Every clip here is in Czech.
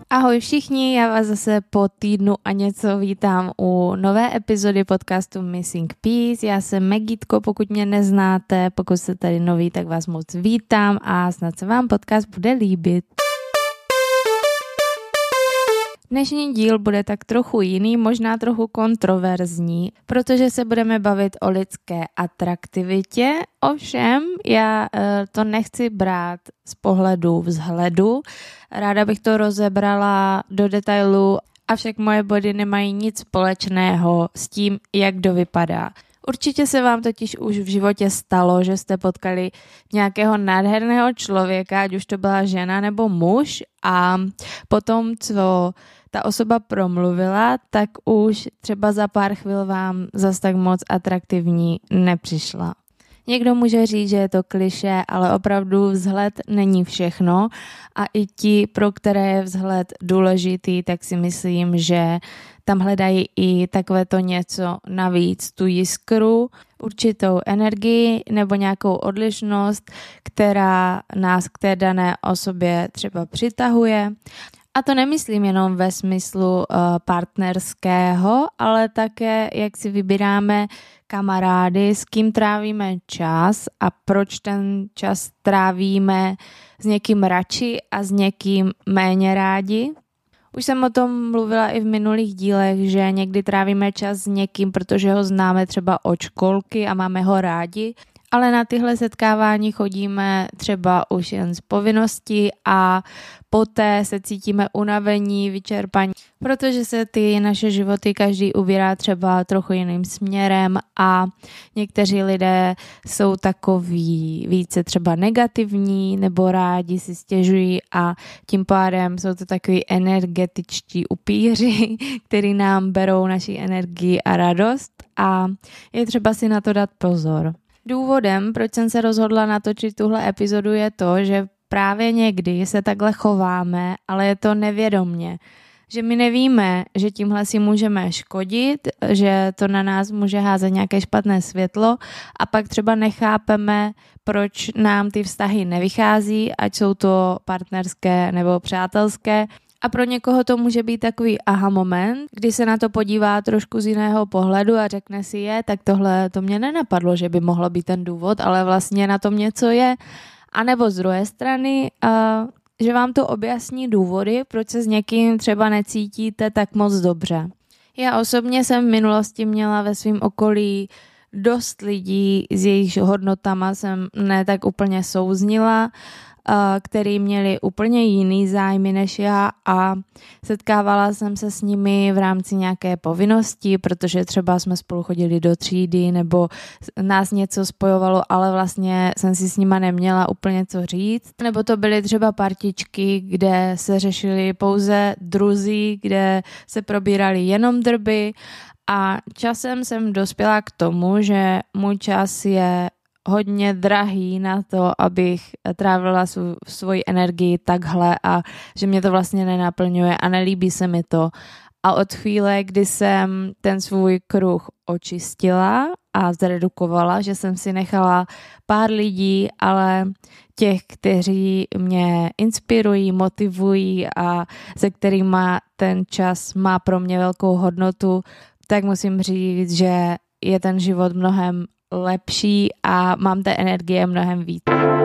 Ahoj všichni, já vás zase po týdnu a něco vítám u nové epizody podcastu Missing Piece. Já jsem Megítko, pokud mě neznáte, pokud jste tady noví, tak vás moc vítám a snad se vám podcast bude líbit. Dnešní díl bude tak trochu jiný, možná trochu kontroverzní, protože se budeme bavit o lidské atraktivitě. Ovšem, já to nechci brát z pohledu vzhledu. Ráda bych to rozebrala do detailu, avšak moje body nemají nic společného s tím, jak kdo vypadá. Určitě se vám totiž už v životě stalo, že jste potkali nějakého nádherného člověka, ať už to byla žena nebo muž, a potom, co ta osoba promluvila, tak už třeba za pár chvil vám zas tak moc atraktivní nepřišla. Někdo může říct, že je to klišé, ale opravdu vzhled není všechno a i ti, pro které je vzhled důležitý, tak si myslím, že tam hledají i takovéto něco navíc, tu jiskru, určitou energii nebo nějakou odlišnost, která nás k té dané osobě třeba přitahuje. A to nemyslím jenom ve smyslu partnerského, ale také, jak si vybíráme kamarády, s kým trávíme čas a proč ten čas trávíme s někým radši a s někým méně rádi. Už jsem o tom mluvila i v minulých dílech, že někdy trávíme čas s někým, protože ho známe třeba od školky a máme ho rádi, ale na tyhle setkávání chodíme třeba už jen z povinnosti a poté se cítíme unavení, vyčerpaní, protože se ty naše životy každý ubírá třeba trochu jiným směrem a někteří lidé jsou takový více třeba negativní nebo rádi si stěžují a tím pádem jsou to takový energetičtí upíři, který nám berou naši energii a radost a je třeba si na to dát pozor. Důvodem, proč jsem se rozhodla natočit tuhle epizodu, je to, že právě někdy se takhle chováme, ale je to nevědomně. Že my nevíme, že tímhle si můžeme škodit, že to na nás může házet nějaké špatné světlo a pak třeba nechápeme, proč nám ty vztahy nevychází, ať jsou to partnerské nebo přátelské. A pro někoho to může být takový aha moment, kdy se na to podívá trošku z jiného pohledu a řekne si tak tohle to mě nenapadlo, že by mohlo být ten důvod, ale vlastně na tom něco je. A nebo z druhé strany, že vám to objasní důvody, proč se s někým třeba necítíte tak moc dobře. Já osobně jsem v minulosti měla ve svém okolí dost lidí, s jejich hodnotama jsem ne tak úplně souznila, který měli úplně jiný zájmy než já a setkávala jsem se s nimi v rámci nějaké povinnosti, protože třeba jsme spolu chodili do třídy nebo nás něco spojovalo, ale vlastně jsem si s nima neměla úplně co říct. Nebo to byly třeba partičky, kde se řešili pouze druzí, kde se probírali jenom drby a časem jsem dospěla k tomu, že můj čas je hodně drahý na to, abych trávila svoji energii takhle a že mě to vlastně nenaplňuje a nelíbí se mi to. A od chvíle, kdy jsem ten svůj kruh očistila a zredukovala, že jsem si nechala pár lidí, ale těch, kteří mě inspirují, motivují a se kterými ten čas má pro mě velkou hodnotu, tak musím říct, že je ten život mnohem lepší a mám té energie mnohem víc.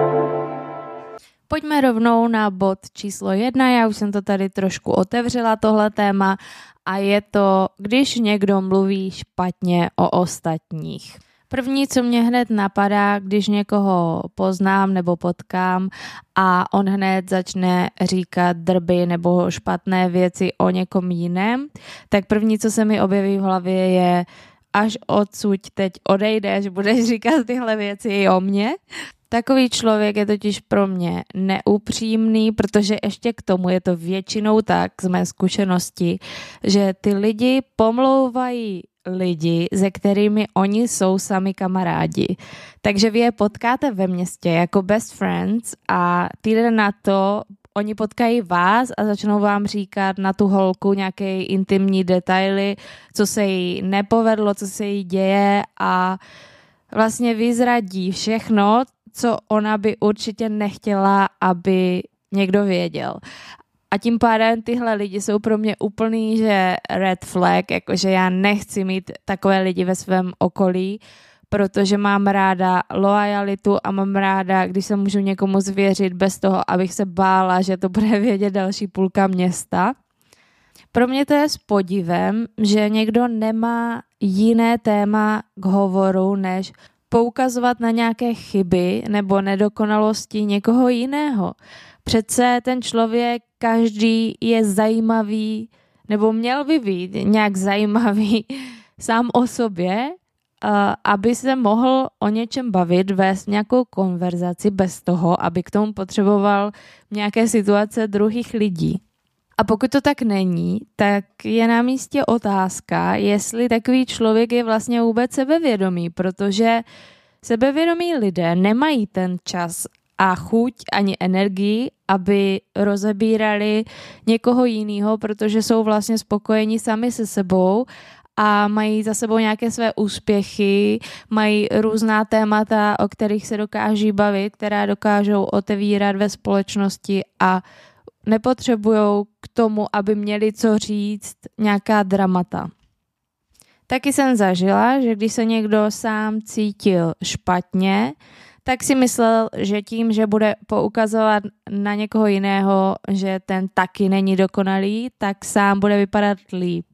Pojďme rovnou na bod číslo 1, já už jsem to tady trošku otevřela tohle téma a je to, když někdo mluví špatně o ostatních. První, co mě hned napadá, když někoho poznám nebo potkám a on hned začne říkat drby nebo špatné věci o někom jiném, tak první, co se mi objeví v hlavě je až odsud teď odejdeš, budeš říkat tyhle věci i o mně. Takový člověk je totiž pro mě neupřímný, protože ještě k tomu je to většinou tak z mé zkušenosti, že ty lidi pomlouvají lidi, se kterými oni jsou sami kamarádi. Takže vy je potkáte ve městě jako best friends a týden na to oni potkají vás a začnou vám říkat na tu holku nějaké intimní detaily, co se jí nepovedlo, co se jí děje a vlastně vyzradí všechno, co ona by určitě nechtěla, aby někdo věděl. A tím pádem tyhle lidi jsou pro mě úplný, že red flag, jakože já nechci mít takové lidi ve svém okolí, protože mám ráda loajalitu a mám ráda, když se můžu někomu zvěřit bez toho, abych se bála, že to bude vědět další půlka města. Pro mě to je s podivem, že někdo nemá jiné téma k hovoru, než poukazovat na nějaké chyby nebo nedokonalosti někoho jiného. Přece ten člověk každý je zajímavý, nebo měl by být nějak zajímavý sám o sobě, aby se mohl o něčem bavit, vést nějakou konverzaci bez toho, aby k tomu potřeboval nějaké situace druhých lidí. A pokud to tak není, tak je na místě otázka, jestli takový člověk je vlastně vůbec sebevědomý, protože sebevědomí lidé nemají ten čas a chuť ani energii, aby rozebírali někoho jiného, protože jsou vlastně spokojeni sami se sebou a mají za sebou nějaké své úspěchy, mají různá témata, o kterých se dokáží bavit, která dokážou otevírat ve společnosti a nepotřebujou k tomu, aby měli co říct, nějaká dramata. Taky jsem zažila, že když se někdo sám cítil špatně, tak si myslel, že tím, že bude poukazovat na někoho jiného, že ten taky není dokonalý, tak sám bude vypadat líp.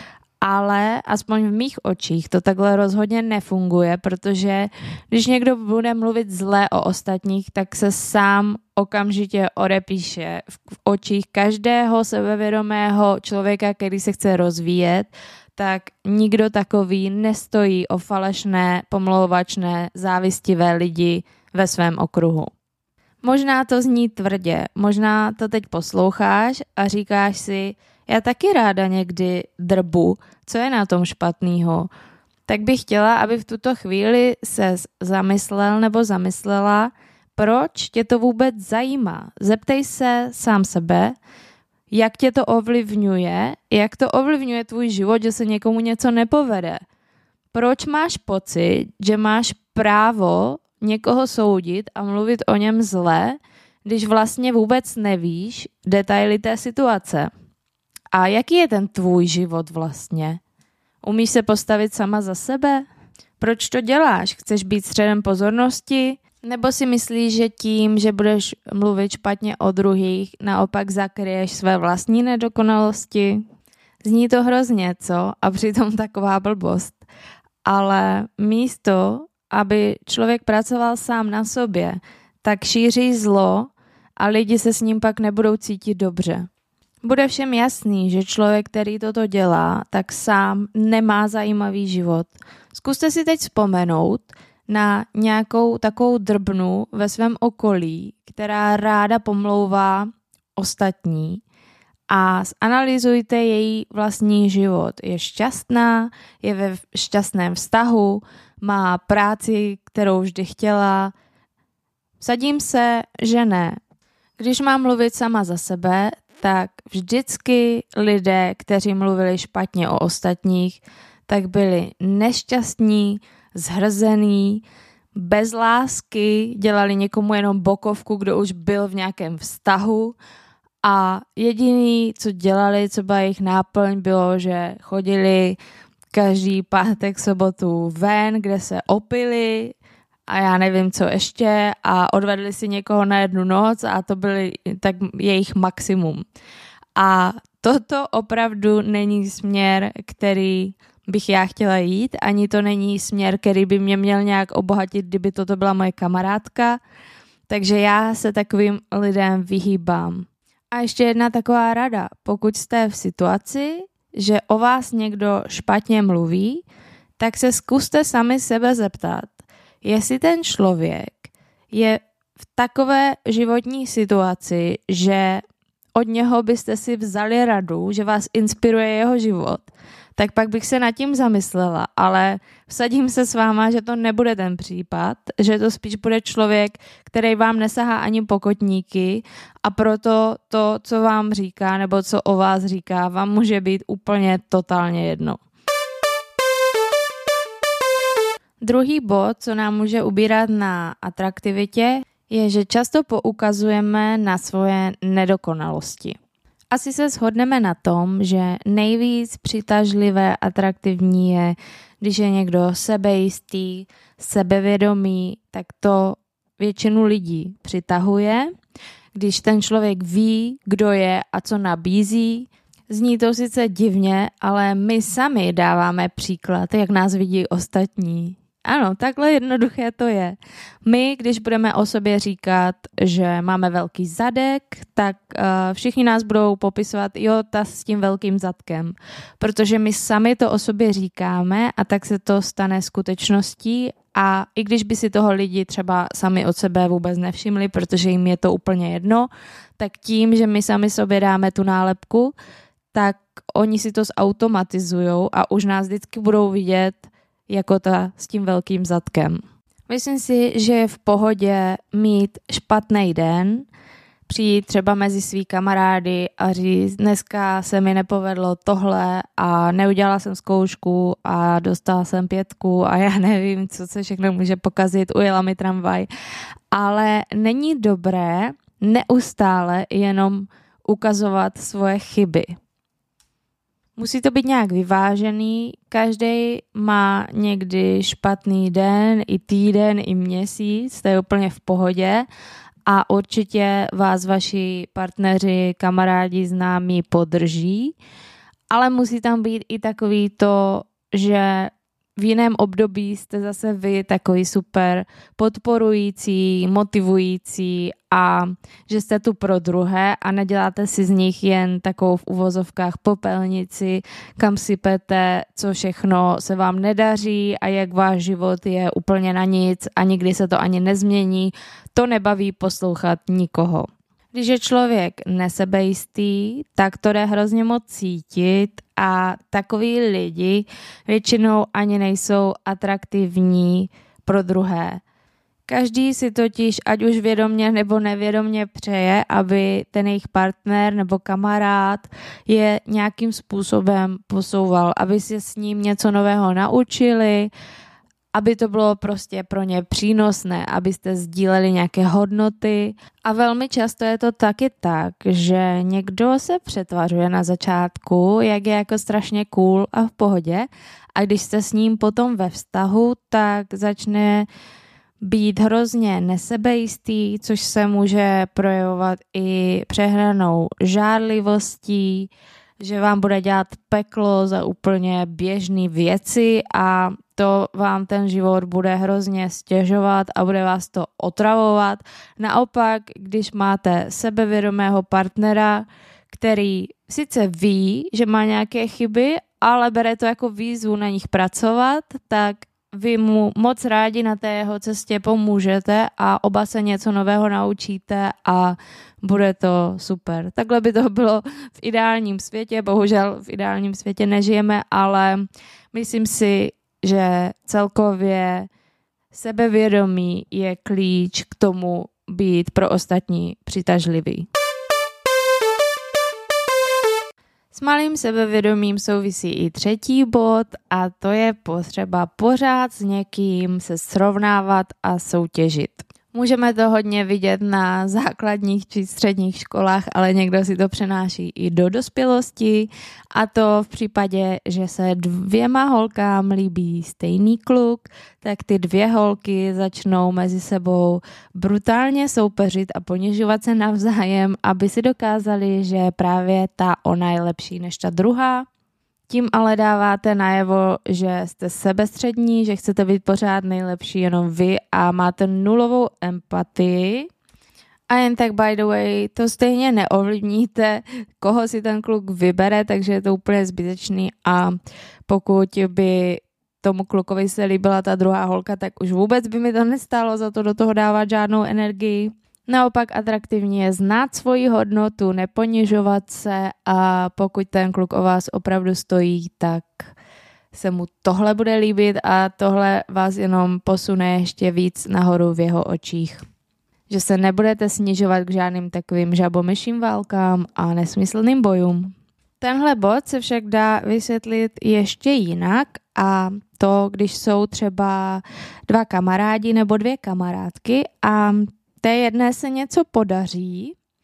Ale aspoň v mých očích to takhle rozhodně nefunguje, protože když někdo bude mluvit zle o ostatních, tak se sám okamžitě odepíše v očích každého sebevědomého člověka, který se chce rozvíjet, tak nikdo takový nestojí o falešné, pomlouvačné, závistivé lidi ve svém okruhu. Možná to zní tvrdě, možná to teď posloucháš a říkáš si, já taky ráda někdy drbu, co je na tom špatného. Tak bych chtěla, aby v tuto chvíli ses zamyslel nebo zamyslela, proč tě to vůbec zajímá. Zeptej se sám sebe, jak tě to ovlivňuje, jak to ovlivňuje tvůj život, že se někomu něco nepovede. Proč máš pocit, že máš právo někoho soudit a mluvit o něm zle, když vlastně vůbec nevíš detaily té situace? A jaký je ten tvůj život vlastně? Umíš se postavit sama za sebe? Proč to děláš? Chceš být středem pozornosti? Nebo si myslíš, že tím, že budeš mluvit špatně o druhých, naopak zakryješ své vlastní nedokonalosti? Zní to hrozně, co? A přitom taková blbost. Ale místo, aby člověk pracoval sám na sobě, tak šíří zlo a lidi se s ním pak nebudou cítit dobře. Bude všem jasný, že člověk, který toto dělá, tak sám nemá zajímavý život. Zkuste si teď vzpomenout na nějakou takovou drbnu ve svém okolí, která ráda pomlouvá ostatní a zanalyzujte její vlastní život. Je šťastná, je ve šťastném vztahu, má práci, kterou vždy chtěla. Vsadím se, že ne. Když mám mluvit sama za sebe, tak vždycky lidé, kteří mluvili špatně o ostatních, tak byli nešťastní, zhrzený, bez lásky, dělali někomu jenom bokovku, kdo už byl v nějakém vztahu a jediný, co dělali, co byla jejich náplň, bylo, že chodili každý pátek, sobotu ven, kde se opili a já nevím, co ještě a odvedli si někoho na jednu noc a to byly tak jejich maximum. A toto opravdu není směr, který bych já chtěla jít, ani to není směr, který by mě měl nějak obohatit, kdyby toto byla moje kamarádka, takže já se takovým lidem vyhýbám. A ještě jedna taková rada, pokud jste v situaci, že o vás někdo špatně mluví, tak se zkuste sami sebe zeptat, jestli ten člověk je v takové životní situaci, že od něho byste si vzali radu, že vás inspiruje jeho život, tak pak bych se nad tím zamyslela, ale vsadím se s váma, že to nebude ten případ, že to spíš bude člověk, který vám nesahá ani pokotníky a proto to, co vám říká nebo co o vás říká, vám může být úplně totálně jedno. Druhý bod, co nám může ubírat na atraktivitě, je, že často poukazujeme na svoje nedokonalosti. Asi se shodneme na tom, že nejvíc přitažlivé, atraktivní je, když je někdo sebejistý, sebevědomý, tak to většinu lidí přitahuje. Když ten člověk ví, kdo je a co nabízí, zní to sice divně, ale my sami dáváme příklad, jak nás vidí ostatní. Ano, takhle jednoduché to je. My, když budeme o sobě říkat, že máme velký zadek, tak všichni nás budou popisovat, jo, ta s tím velkým zadkem. Protože my sami to o sobě říkáme a tak se to stane skutečností a i když by si toho lidi třeba sami od sebe vůbec nevšimli, protože jim je to úplně jedno, tak tím, že my sami sobě dáme tu nálepku, tak oni si to zautomatizujou a už nás vždycky budou vidět jako ta s tím velkým zadkem. Myslím si, že je v pohodě mít špatný den, přijít třeba mezi svý kamarády a říct, dneska se mi nepovedlo tohle a neudělala jsem zkoušku a dostala jsem 5 a já nevím, co se všechno může pokazit, ujela mi tramvaj. Ale není dobré neustále jenom ukazovat svoje chyby. Musí to být nějak vyvážený, každý má někdy špatný den, i týden, i měsíc, to je úplně v pohodě a určitě vás vaši partneři, kamarádi, známí podrží, ale musí tam být i takový to, že v jiném období jste zase vy takový super podporující, motivující a že jste tu pro druhé a neděláte si z nich jen takovou v uvozovkách popelnici, kam sypete, co všechno se vám nedaří a jak váš život je úplně na nic a nikdy se to ani nezmění. To nebaví poslouchat nikoho. Když je člověk nesebejistý, tak to jde hrozně moc cítit a takový lidi většinou ani nejsou atraktivní pro druhé. Každý si totiž, ať už vědomě nebo nevědomě přeje, aby ten jejich partner nebo kamarád je nějakým způsobem posouval, aby si s ním něco nového naučili, aby to bylo prostě pro ně přínosné, abyste sdíleli nějaké hodnoty. A velmi často je to taky tak, že někdo se přetvařuje na začátku, jak je jako strašně cool a v pohodě. A když jste s ním potom ve vztahu, tak začne být hrozně nesebejistý, což se může projevovat i přehnanou žárlivostí, že vám bude dělat peklo za úplně běžné věci a to vám ten život bude hrozně stěžovat a bude vás to otravovat. Naopak, když máte sebevědomého partnera, který sice ví, že má nějaké chyby, ale bere to jako výzvu na nich pracovat, tak vy mu moc rádi na té jeho cestě pomůžete a oba se něco nového naučíte a bude to super. Takhle by to bylo v ideálním světě, bohužel v ideálním světě nežijeme, ale myslím si, že celkově sebevědomí je klíč k tomu být pro ostatní přitažlivý. S malým sebevědomím souvisí i třetí bod a to je potřeba pořád s někým se srovnávat a soutěžit. Můžeme to hodně vidět na základních či středních školách, ale někdo si to přenáší i do dospělosti a to v případě, že se 2 holkám líbí stejný kluk, tak ty 2 holky začnou mezi sebou brutálně soupeřit a ponižovat se navzájem, aby si dokázali, že právě ta ona je lepší než ta druhá. Tím ale dáváte najevo, že jste sebestřední, že chcete být pořád nejlepší jenom vy a máte nulovou empatii. A jen tak by the way, to stejně neovlivníte, koho si ten kluk vybere, takže je to úplně zbytečný a pokud by tomu klukovi se líbila ta druhá holka, tak už vůbec by mi to nestálo za to do toho dávat žádnou energii. Naopak atraktivní je znát svoji hodnotu, neponižovat se a pokud ten kluk o vás opravdu stojí, tak se mu tohle bude líbit a tohle vás jenom posune ještě víc nahoru v jeho očích. Že se nebudete snižovat k žádným takovým žabomyším válkám a nesmyslným bojům. Tenhle bod se však dá vysvětlit ještě jinak a to, když jsou třeba 2 kamarádi nebo 2 kamarádky a té jedné se něco podaří,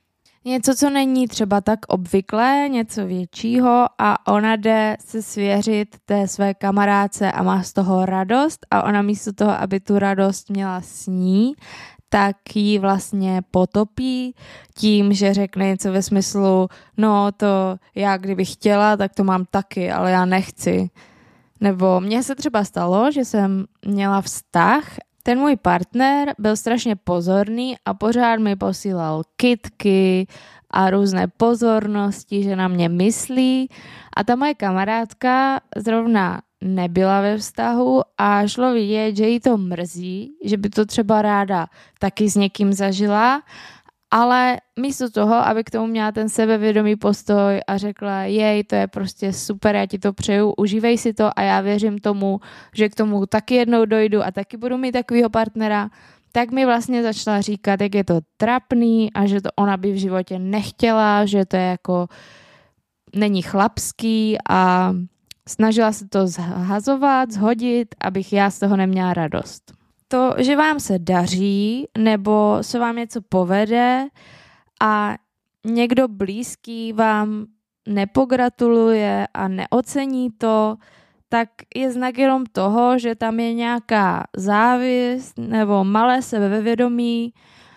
Něco, co není třeba tak obvyklé, něco většího a ona jde se svěřit té své kamarádce a má z toho radost a ona místo toho, aby tu radost měla s ní, tak ji vlastně potopí tím, že řekne něco ve smyslu, no to já kdybych chtěla, tak to mám taky, ale já nechci. Nebo mně se třeba stalo, že jsem měla vztah, ten můj partner byl strašně pozorný a pořád mi posílal kytky a různé pozornosti, že na mě myslí a ta moje kamarádka zrovna nebyla ve vztahu a šlo vidět, že jí to mrzí, že by to třeba ráda taky s někým zažila, ale místo toho, aby k tomu měla ten sebevědomý postoj a řekla, jej, to je prostě super, já ti to přeju, užívej si to a já věřím tomu, že k tomu taky jednou dojdu a taky budu mít takovýho partnera, tak mi vlastně začala říkat, jak je to trapný a že to ona by v životě nechtěla, že to je jako není chlapský a snažila se to zhazovat, zhodit, abych já z toho neměla radost. To, že vám se daří nebo se vám něco povede a někdo blízký vám nepogratuluje a neocení to, tak je znak jenom toho, že tam je nějaká závist nebo malé sebevědomí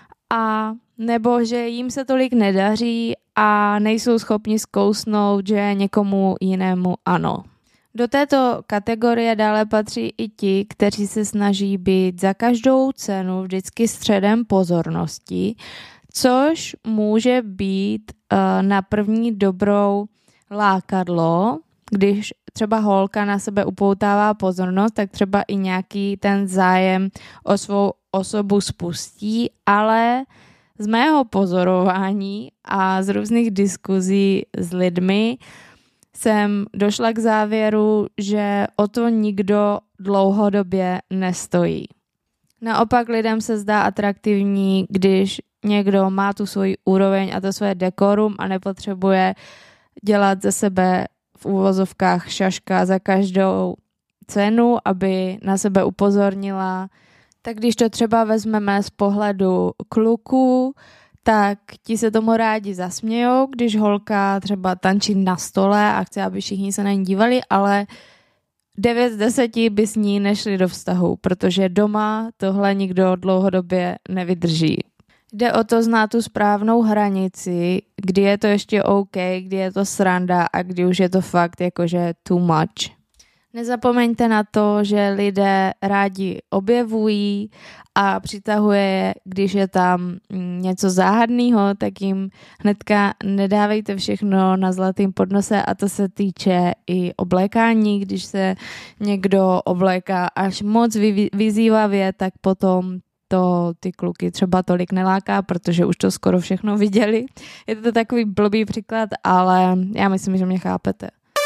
a nebo že jim se tolik nedaří a nejsou schopni zkousnout, že někomu jinému ano. Do této kategorie dále patří i ti, kteří se snaží být za každou cenu vždycky středem pozornosti, což může být na první dobrou lákadlo, když třeba holka na sebe upoutává pozornost, tak třeba i nějaký ten zájem o svou osobu spustí, ale z mého pozorování a z různých diskuzí s lidmi jsem došla k závěru, že o to nikdo dlouhodobě nestojí. Naopak lidem se zdá atraktivní, když někdo má tu svoji úroveň a to své dekorum a nepotřebuje dělat ze sebe v úvozovkách šaška za každou cenu, aby na sebe upozornila. Tak když to třeba vezmeme z pohledu kluků, tak ti se tomu rádi zasmějou, když holka třeba tančí na stole a chce, aby všichni se na ní dívali, ale 9 z 10 by s ní nešli do vztahu, protože doma tohle nikdo dlouhodobě nevydrží. Jde o to znát tu správnou hranici, kdy je to ještě OK, kdy je to sranda a kdy už je to fakt jakože too much. Nezapomeňte na to, že lidé rádi objevují a přitahuje je, když je tam něco záhadného, tak jim hnedka nedávejte všechno na zlatým podnose a to se týče i oblékání. Když se někdo obléká až moc vyzývavě, tak potom to ty kluky třeba tolik neláká, protože už to skoro všechno viděli. Je to takový blbý příklad, ale já myslím, že mě chápete.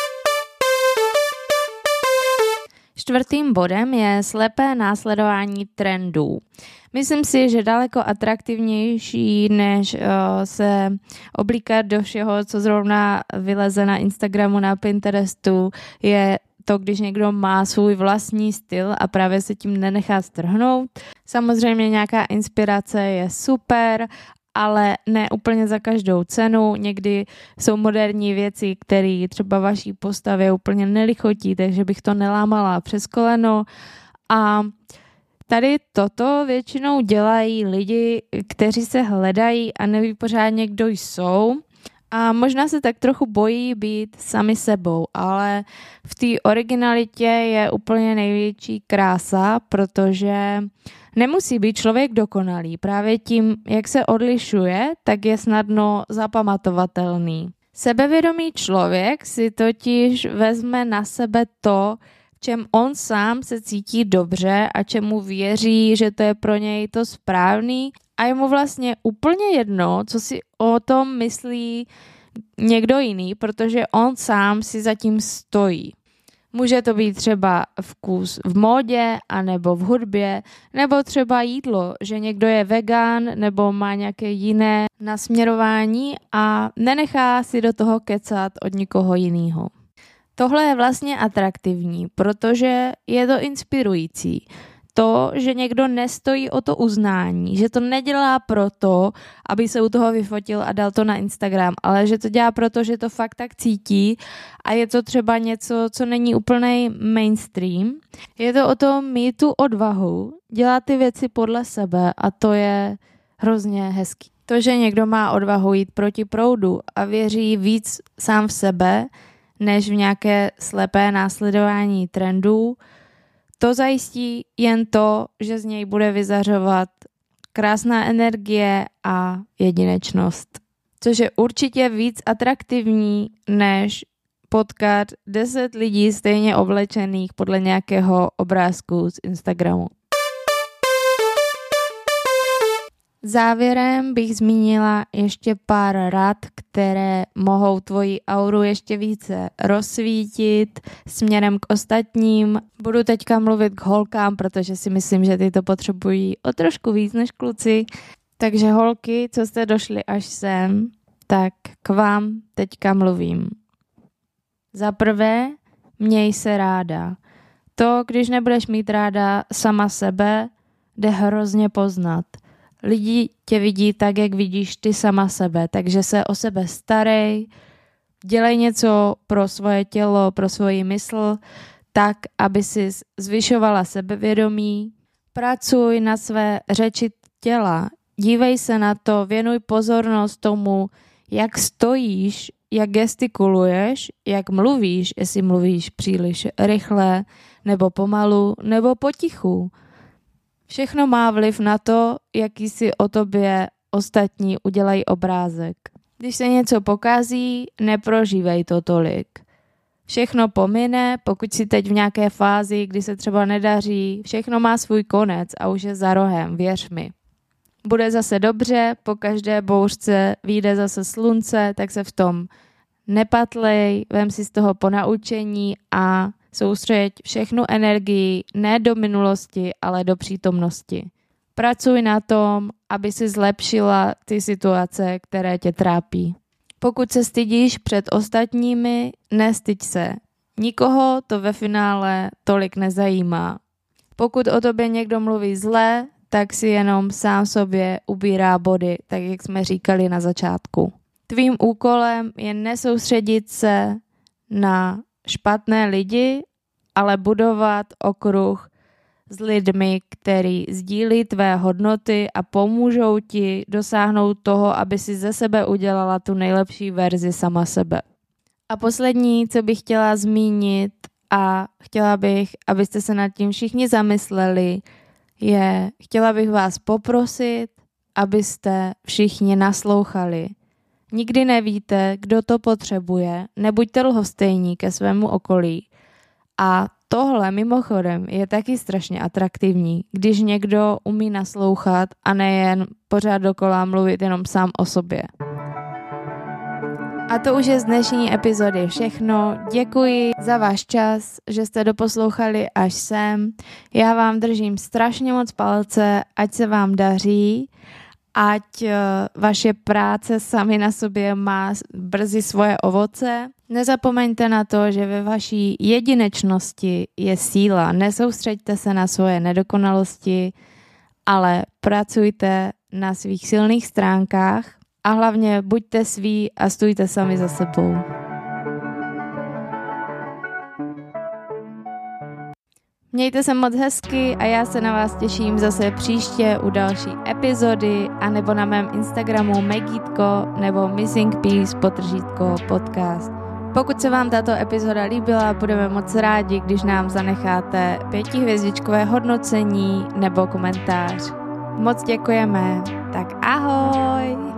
Čtvrtým bodem je slepé následování trendů. Myslím si, že daleko atraktivnější, než se oblíkat do všeho, co zrovna vyleze na Instagramu, na Pinterestu, je to, když někdo má svůj vlastní styl a právě se tím nenechá strhnout. Samozřejmě nějaká inspirace je super, ale ne úplně za každou cenu. Někdy jsou moderní věci, které třeba vaší postavě úplně nelichotí, takže bych to nelámala přes koleno. A tady toto většinou dělají lidi, kteří se hledají a neví pořádně, kdo jsou. A možná se tak trochu bojí být sami sebou, ale v té originalitě je úplně největší krása, protože nemusí být člověk dokonalý. Právě tím, jak se odlišuje, tak je snadno zapamatovatelný. Sebevědomý člověk si totiž vezme na sebe to, v čem on sám se cítí dobře a čemu věří, že to je pro něj to správný a je mu vlastně úplně jedno, co si o tom myslí někdo jiný, protože on sám si zatím stojí. Může to být třeba vkus v módě, anebo v hudbě, nebo třeba jídlo, že někdo je vegan nebo má nějaké jiné nasměrování a nenechá si do toho kecat od nikoho jiného. Tohle je vlastně atraktivní, protože je to inspirující. to, že někdo nestojí o to uznání, že to nedělá proto, aby se u toho vyfotil a dal to na Instagram, ale že to dělá proto, že to fakt tak cítí a je to třeba něco, co není úplnej mainstream. Je to o tom mít tu odvahu, dělat ty věci podle sebe a to je hrozně hezký. To, že někdo má odvahu jít proti proudu a věří víc sám v sebe, než v nějaké slepé následování trendů, to zajistí jen to, že z něj bude vyzařovat krásná energie a jedinečnost. Což je určitě víc atraktivní, než potkat 10 lidí stejně oblečených podle nějakého obrázku z Instagramu. Závěrem bych zmínila ještě pár rad, které mohou tvoji auru ještě více rozsvítit směrem k ostatním. Budu teďka mluvit k holkám, protože si myslím, že ty to potřebují o trošku víc než kluci. Takže holky, co jste došli až sem, tak k vám teďka mluvím. Za prvé, měj se ráda. To, když nebudeš mít ráda sama sebe, jde hrozně poznat. Lidi tě vidí tak, jak vidíš ty sama sebe, takže se o sebe starej, dělej něco pro svoje tělo, pro svoji mysl, tak, aby si zvyšovala sebevědomí. Pracuj na své řeči těla, dívej se na to, věnuj pozornost tomu, jak stojíš, jak gestikuluješ, jak mluvíš, jestli mluvíš příliš rychle, nebo pomalu, nebo potichu. Všechno má vliv na to, jaký si o tobě ostatní udělají obrázek. Když se něco pokazí, neprožívej to tolik. Všechno pomine, pokud si teď v nějaké fázi, kdy se třeba nedaří, všechno má svůj konec a už je za rohem, věř mi. Bude zase dobře, po každé bouřce vyjde zase slunce, tak se v tom nepatlej, vem si z toho ponaučení a soustřeď všechnu energii ne do minulosti, ale do přítomnosti. Pracuj na tom, aby si zlepšila ty situace, které tě trápí. Pokud se stydíš před ostatními, nestyď se. Nikoho to ve finále tolik nezajímá. Pokud o tobě někdo mluví zle, tak si jenom sám sobě ubírá body, tak jak jsme říkali na začátku. Tvým úkolem je nesoustředit se na špatné lidi, ale budovat okruh s lidmi, který sdílí tvé hodnoty a pomůžou ti dosáhnout toho, aby si ze sebe udělala tu nejlepší verzi sama sebe. A poslední, co bych chtěla zmínit a chtěla bych, abyste se nad tím všichni zamysleli, chtěla bych vás poprosit, abyste všichni naslouchali. Nikdy nevíte, kdo to potřebuje, nebuďte lhostejní ke svému okolí. A tohle mimochodem je taky strašně atraktivní, když někdo umí naslouchat a nejen pořád dokola mluvit jenom sám o sobě. A to už je z dnešní epizody všechno. Děkuji za váš čas, že jste doposlouchali až sem. Já vám držím strašně moc palce, ať se vám daří, ať vaše práce sami na sobě má brzy svoje ovoce. Nezapomeňte na to, že ve vaší jedinečnosti je síla. Nesoustřeďte se na svoje nedokonalosti, ale pracujte na svých silných stránkách a hlavně buďte sví a stůjte sami za sebou. Mějte se moc hezky a já se na vás těším zase příště u další epizody anebo na mém Instagramu Megítko nebo missingpiece_podcast. Pokud se vám tato epizoda líbila, budeme moc rádi, když nám zanecháte 5hvězdičkové hodnocení nebo komentář. Moc děkujeme, tak ahoj!